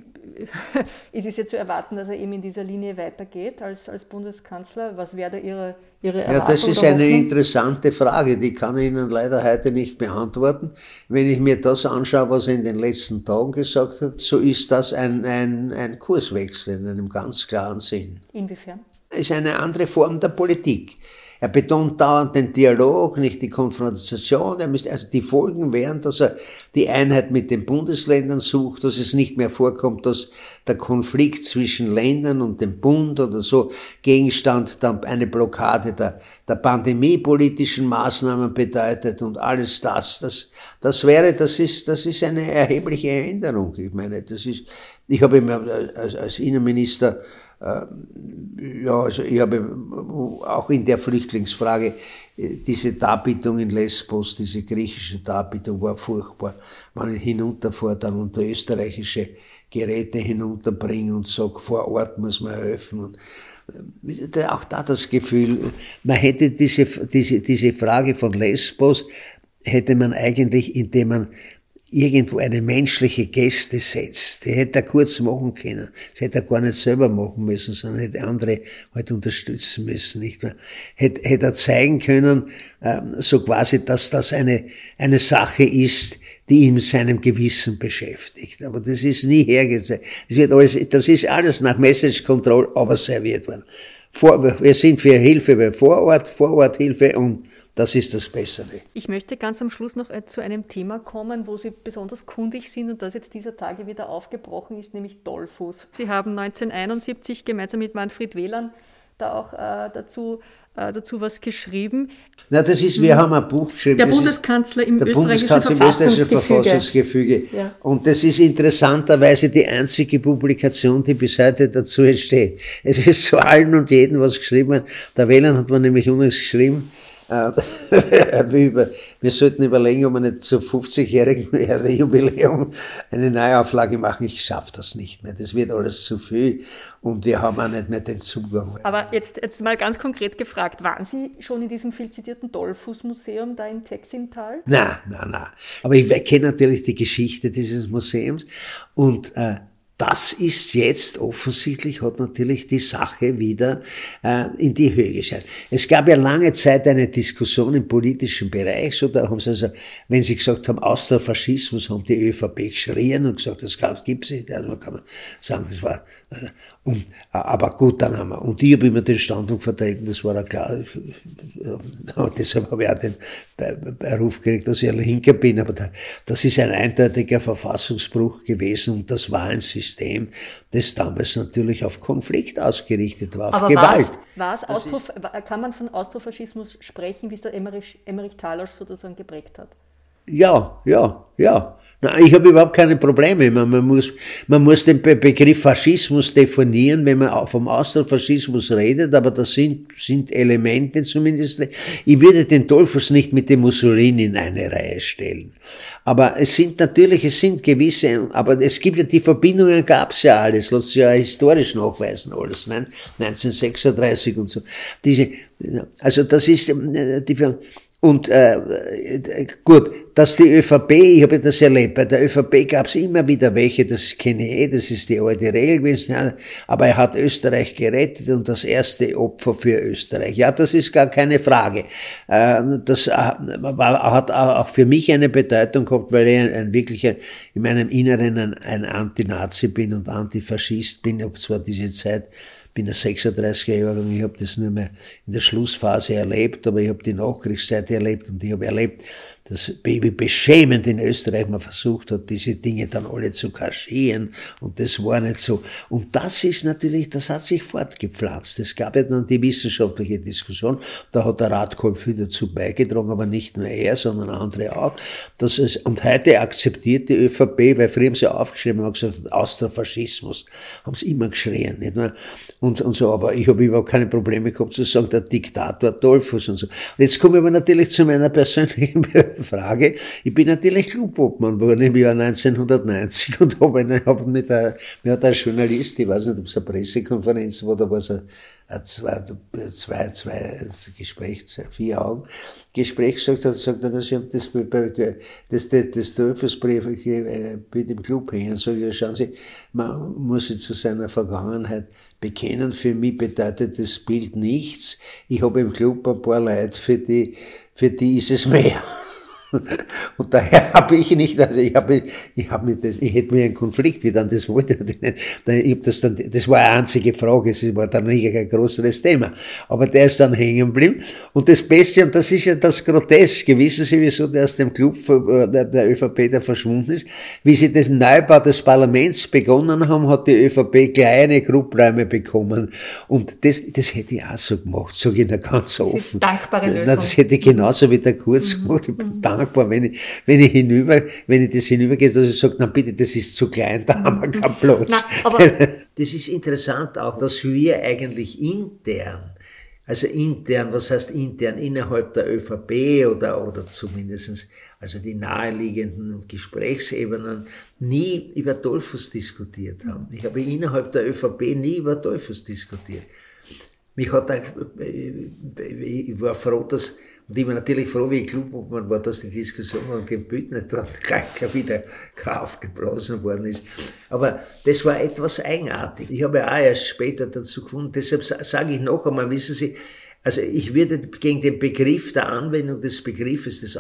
ist es jetzt zu erwarten, dass er eben in dieser Linie weitergeht als, als Bundeskanzler? Was wäre da Ihre, Ihre Erwartung? Ja, das ist oder eine Hoffnung? interessante Frage, die kann ich Ihnen leider heute nicht beantworten. Wenn ich mir das anschaue, was er in den letzten Tagen gesagt hat, so ist das ein, ein, ein Kurswechsel in einem ganz klaren Sinn. Inwiefern? Es ist eine andere Form der Politik. Er betont dauernd den Dialog, nicht die Konfrontation. Er müsste, also die Folgen wären, dass er die Einheit mit den Bundesländern sucht, dass es nicht mehr vorkommt, dass der Konflikt zwischen Ländern und dem Bund oder so Gegenstand dann eine Blockade der, der pandemiepolitischen Maßnahmen bedeutet und alles das. Das, das wäre, das ist, das ist eine erhebliche Änderung. Ich meine, das ist, ich habe immer als, als Innenminister ja, also ich habe auch in der Flüchtlingsfrage diese Darbietung in Lesbos, diese griechische Darbietung war furchtbar. Man hinunterfährt dann unter österreichische Geräte hinunterbringen und sagt, vor Ort muss man helfen. Und auch da das Gefühl, man hätte diese, diese, diese Frage von Lesbos, hätte man eigentlich, indem man irgendwo eine menschliche Geste setzt. Die hätte er kurz machen können. Das hätte er gar nicht selber machen müssen, sondern hätte andere halt unterstützen müssen, nicht wahr? Hätte, hätte er zeigen können, ähm, so quasi, dass das eine, eine Sache ist, die ihm seinem Gewissen beschäftigt. Aber das ist nie hergezeigt. Das wird alles, das ist alles nach Message Control, aber serviert worden. Vor, wir sind für Hilfe bei Vorort, Vororthilfe und das ist das Bessere. Ich möchte ganz am Schluss noch zu einem Thema kommen, wo Sie besonders kundig sind und das jetzt dieser Tage wieder aufgebrochen ist, nämlich Dollfuß. Sie haben neunzehnhunderteinundsiebzig gemeinsam mit Manfred Wehland da auch äh, dazu, äh, dazu was geschrieben. Na, das ist, wir haben ein Buch geschrieben. Der das Bundeskanzler im der österreichischen Bundeskanzler im österreichischen Verfassungsgefüge. Verfassungsgefüge. Ja. Und das ist interessanterweise die einzige Publikation, die bis heute dazu entsteht. Es ist zu allen und jeden was geschrieben. Der Wehland hat man nämlich übrigens geschrieben, Wir sollten überlegen, ob wir nicht zum fünfzigjährigen Jubiläum eine Neuauflage machen. Ich schaffe das nicht mehr. Das wird alles zu viel und wir haben auch nicht mehr den Zugang. Aber jetzt, jetzt mal ganz konkret gefragt, waren Sie schon in diesem viel zitierten Dollfuß-Museum da in Texintal? Nein, nein, nein. Aber ich kenne natürlich die Geschichte dieses Museums und äh, das ist jetzt offensichtlich, hat natürlich die Sache wieder äh, in die Höhe geschaut. Es gab ja lange Zeit eine Diskussion im politischen Bereich, so da haben sie also, wenn sie gesagt haben, Austrofaschismus, haben die ÖVP geschrien und gesagt, das gibt es nicht. Also kann man sagen, das war, und, aber gut, dann haben wir, und ich habe immer den Standpunkt vertreten, das war ja klar, deshalb habe ich auch den Beruf gekriegt, dass ich ein Linker bin, aber da, das ist ein eindeutiger Verfassungsbruch gewesen und das war ein System, das damals natürlich auf Konflikt ausgerichtet war, auf aber Gewalt. War's, war's Austro, kann man von Austrofaschismus sprechen, wie es der Emmerich, Emmerich Thaler sozusagen geprägt hat? Ja, ja, ja. Na, ich habe überhaupt keine Probleme. Man, man, muss, man muss den Be- Begriff Faschismus definieren, wenn man vom Austrofaschismus redet, aber das sind, sind Elemente zumindest. Ich würde den Dollfuß nicht mit dem Mussolini in eine Reihe stellen. Aber es sind natürlich, es sind gewisse, aber es gibt ja die Verbindungen, gab es ja alles, lässt sich ja historisch nachweisen alles, ne? neunzehnhundertsechsunddreißig und so. Diese, also das ist die, und äh, gut, dass die ÖVP, ich habe das erlebt, bei der ÖVP gab es immer wieder welche, das kenne ich eh, das ist die alte Regel gewesen, ja, aber er hat Österreich gerettet und das erste Opfer für Österreich. Ja, das ist gar keine Frage. Äh, das war, hat auch für mich eine Bedeutung gehabt, weil ich ein, ein wirklicher, in meinem Inneren ein, ein Anti-Nazi bin und Antifaschist bin, ich habe zwar diese Zeit, bin ein sechsunddreißiger Jahrgang, ich habe das nur mehr in der Schlussphase erlebt, aber ich habe die Nachkriegszeit erlebt und ich habe erlebt, dass wie beschämend in Österreich man versucht hat, diese Dinge dann alle zu kaschieren und das war nicht so. Und das ist natürlich, das hat sich fortgepflanzt. Es gab ja dann die wissenschaftliche Diskussion, da hat der Radkolb viel dazu beigetragen, aber nicht nur er, sondern andere auch. Dass es, und heute akzeptiert die ÖVP, weil früher haben sie aufgeschrieben und gesagt, Austrofaschismus, haben sie immer geschrien, nicht mehr? Und, und so, aber ich habe überhaupt keine Probleme gehabt zu sagen, der Diktator Dollfuß und so. Und jetzt komme ich aber natürlich zu meiner persönlichen Frage. Ich bin natürlich Clubobmann geworden im Jahr neunzehnhundertneunzig und habe eine, hab mit der, mir hat ein Journalist, ich weiß nicht, ob es eine Pressekonferenz war, da war es ein, ein zwei, zwei, zwei Gespräch, zwei, vier Augen, Gespräch gesagt hat, sagt er, das, das, das, das, das Dollfußbrief mit dem Club hängen. Sag ich, schauen Sie, man muss sich zu seiner Vergangenheit bekennen. Für mich bedeutet das Bild nichts. Ich habe im Club ein paar Leute, für die, für die ist es mehr. Und daher habe ich nicht, also ich habe, ich habe mit das, ich hätte mir einen Konflikt wieder, das wollte ich nicht. Ich habe das dann, das war eine einzige Frage, es war dann nicht ein größeres Thema. Aber der ist dann hängen geblieben. Und das Beste, und das ist ja das Groteske, wissen Sie, wieso der aus dem Club der, der ÖVP da verschwunden ist? Wie sie den Neubau des Parlaments begonnen haben, hat die ÖVP kleine Gruppräume bekommen. Und das, das hätte ich auch so gemacht, sage ich Ihnen ganz offen. Das ist dankbare Lösung. Na, das hätte ich genauso wie der Kurz mhm. gemacht. Ich bin dankbar, wenn ich, wenn ich hinüber, wenn ich das hinübergehe, dass ich sage, na bitte, das ist zu klein, da haben wir keinen Platz. Na, aber das ist interessant auch, dass wir eigentlich intern, also intern, was heißt intern, innerhalb der ÖVP oder, oder zumindestens, also die naheliegenden Gesprächsebenen, nie über Dollfuß diskutiert haben. Ich habe innerhalb der ÖVP nie über Dollfuß diskutiert. Mich hat auch, ich war froh, dass, und ich war natürlich froh, wie ich Clubobmann war, dass die Diskussion um den Bündner dann gleich wieder aufgeblasen worden ist. Aber das war etwas eigenartig. Ich habe ja auch erst später dazu gefunden, deshalb sage ich noch einmal, wissen Sie, also ich würde gegen den Begriff der Anwendung des Begriffes des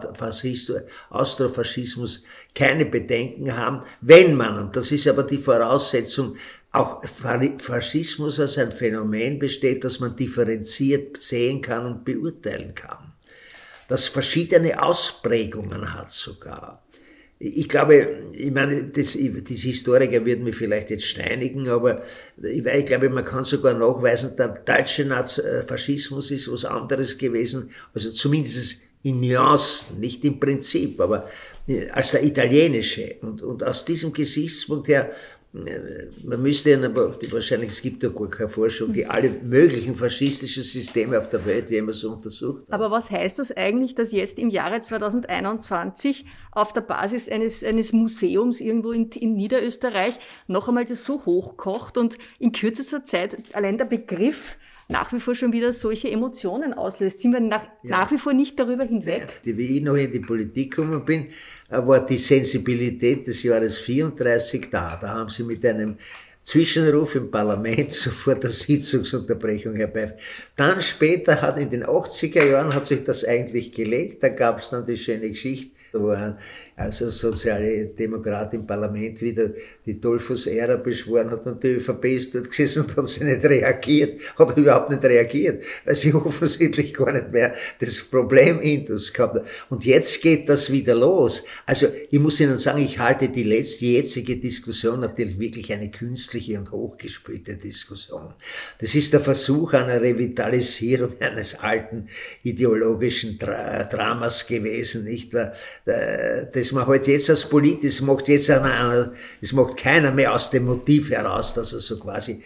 Austrofaschismus keine Bedenken haben, wenn man, und das ist aber die Voraussetzung, auch Faschismus als ein Phänomen besteht, das man differenziert sehen kann und beurteilen kann. Das verschiedene Ausprägungen hat sogar. Ich glaube, ich meine, das, diese Historiker würden mich vielleicht jetzt steinigen, aber ich, ich glaube, man kann sogar nachweisen, der deutsche Faschismus ist was anderes gewesen, also zumindest in Nuancen, nicht im Prinzip, aber als der italienische. Und, und aus diesem Gesichtspunkt her man müsste, aber wahrscheinlich, es gibt ja gar keine Forschung, die alle möglichen faschistischen Systeme auf der Welt jemals untersucht haben. Aber was heißt das eigentlich, dass jetzt im Jahre zweitausendeinundzwanzig auf der Basis eines, eines Museums irgendwo in, in Niederösterreich noch einmal das so hochkocht und in kürzester Zeit allein der Begriff nach wie vor schon wieder solche Emotionen auslöst? Sind wir nach, ja. nach wie vor nicht darüber hinweg? Ja, wie ich noch in die Politik gekommen bin, war die Sensibilität des Jahres vierunddreißig da. Da haben sie mit einem Zwischenruf im Parlament sofort eine Sitzungsunterbrechung herbei. Dann später hat in den achtziger Jahren hat sich das eigentlich gelegt. Da gab es dann die schöne Geschichte, da waren also soziale Demokraten im Parlament wieder die Dollfuß-Ära beschworen hat und die ÖVP ist dort gesessen und hat sie nicht reagiert, hat überhaupt nicht reagiert, weil sie offensichtlich gar nicht mehr das Problem intus gehabt hat. Und jetzt geht das wieder los. Also ich muss Ihnen sagen, ich halte die letzte jetzige Diskussion natürlich wirklich eine künstliche und hochgespülte Diskussion. Das ist der Versuch einer Revitalisierung eines alten ideologischen Dra- Dramas gewesen, nicht wahr? Das man halt jetzt als politisch macht jetzt einer, es macht keiner mehr aus dem Motiv heraus, dass er so quasi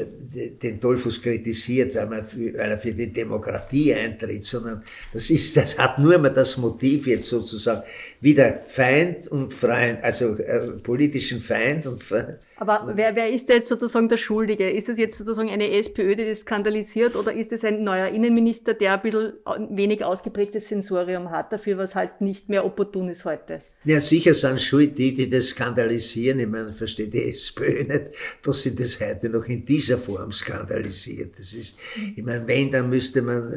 den Dollfuß kritisiert, weil, man für, weil er für die Demokratie eintritt, sondern das ist, das hat nur mehr das Motiv jetzt sozusagen wieder Feind und Freund, also äh, politischen Feind und Feind. Aber wer, wer ist jetzt sozusagen der Schuldige? Ist es jetzt sozusagen eine SPÖ, die das skandalisiert, oder ist es ein neuer Innenminister, der ein bisschen wenig ausgeprägtes Sensorium hat dafür, was halt nicht mehr opportun ist heute? Ja, sicher sind schuld die, die das skandalisieren. Ich meine, versteht die SPÖ nicht, dass sie das heute noch in dieser Form skandalisiert. Das ist, ich meine, wenn, dann müsste man,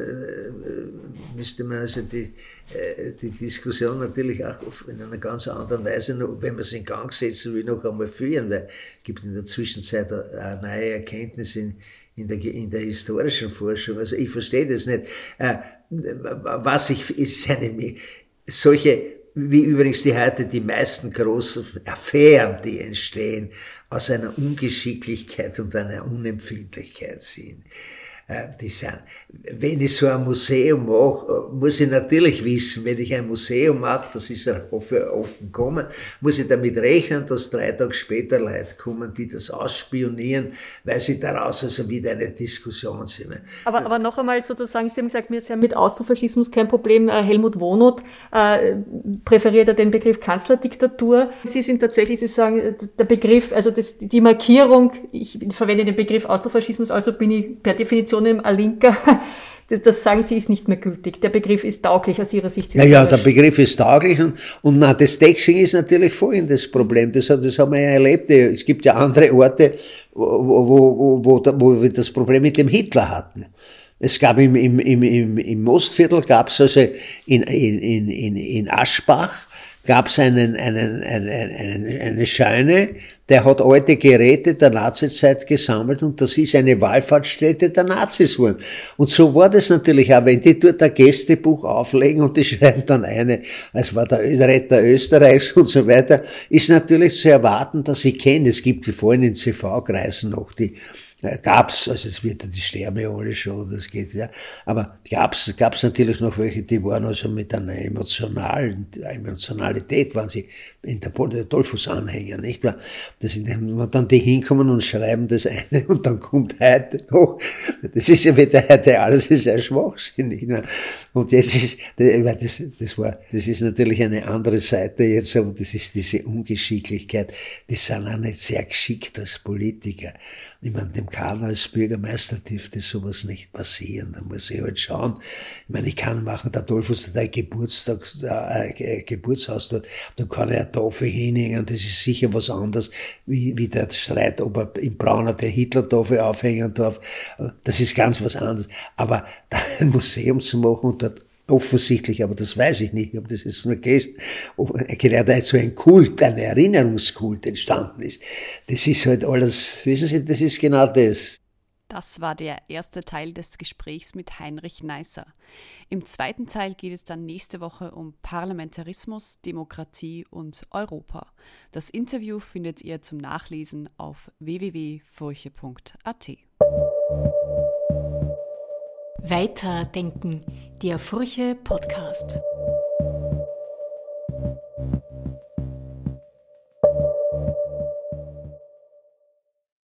äh, müsste man also die, äh, die Diskussion natürlich auch in einer ganz anderen Weise, noch, wenn man es in Gang setzen will, noch einmal führen, weil es gibt in der Zwischenzeit eine neue Erkenntnis in, in der, in der historischen Forschung. Also ich verstehe das nicht. Äh, was ich, ist eine, solche, wie übrigens die heute die meisten großen Affären, die entstehen, aus einer Ungeschicklichkeit und einer Unempfindlichkeit sind. Die sind, wenn ich so ein Museum mache, muss ich natürlich wissen, wenn ich ein Museum mache, das ist ja offen, offen gekommen, muss ich damit rechnen, dass drei Tage später Leute kommen, die das ausspionieren, weil sie daraus also wieder eine Diskussion sind. Aber, aber noch einmal sozusagen, Sie haben gesagt, wir haben mit Austrofaschismus kein Problem. Helmut Wohnot äh, präferiert ja den Begriff Kanzlerdiktatur. Sie sind tatsächlich, Sie sagen, der Begriff, also das, die Markierung, ich verwende den Begriff Austrofaschismus, also bin ich per Definition ein Linker, das sagen Sie, ist nicht mehr gültig. Der Begriff ist tauglich aus Ihrer Sicht. Ja, ja, der Begriff ist tauglich und, und na, das Texting ist natürlich folgendes Problem. Das, das haben wir ja erlebt. Es gibt ja andere Orte, wo, wo, wo, wo wir das Problem mit dem Hitler hatten. Es gab im, im, im, im, im Ostviertel gab es also in, in, in, in, in Aschbach gab es einen, einen, einen, einen, eine Scheune, der hat alte Geräte der Nazizeit gesammelt und das ist eine Wallfahrtsstätte der Nazis geworden. Und so war das natürlich auch, wenn die dort ein Gästebuch auflegen und die schreiben dann eine, es war der Retter Österreichs und so weiter, ist natürlich zu erwarten, dass sie kennen. Es gibt wie vorhin in C V-Kreisen noch die, gab's, also es wird ja die sterben alle schon, das geht, ja. Aber gab's, gab's natürlich noch welche, die waren also mit einer emotionalen, Emotionalität waren sie in der Dollfuß-Anhänger, nicht wahr? Das sind dann die hinkommen und schreiben das eine und dann kommt heute noch, das ist ja wieder heute alles ist ja Schwachsinn, nicht wahr? Und jetzt ist, das, das war, das ist natürlich eine andere Seite jetzt, aber das ist diese Ungeschicklichkeit, die sind auch nicht sehr geschickt als Politiker. Ich meine, dem Karl als Bürgermeister dürfte sowas nicht passieren. Da muss ich halt schauen. Ich meine, ich kann machen, der Dollfuß hat ein Geburtstag, äh, Geburtshaus dort, da kann er eine Tafel hinhängen, das ist sicher was anderes, wie, wie der Streit, ob er im Brauner der Hitler-Tafel aufhängen darf. Das ist ganz was anderes. Aber da ein Museum zu machen und dort offensichtlich, aber das weiß ich nicht, ich habe das jetzt nur gelesen, ob gerade so ein Kult, ein Erinnerungskult entstanden ist. Das ist halt alles, wissen Sie, das ist genau das. Das war der erste Teil des Gesprächs mit Heinrich Neisser. Im zweiten Teil geht es dann nächste Woche um Parlamentarismus, Demokratie und Europa. Das Interview findet ihr zum Nachlesen auf w w w punkt furche punkt a t. Weiterdenken, der Furche Podcast.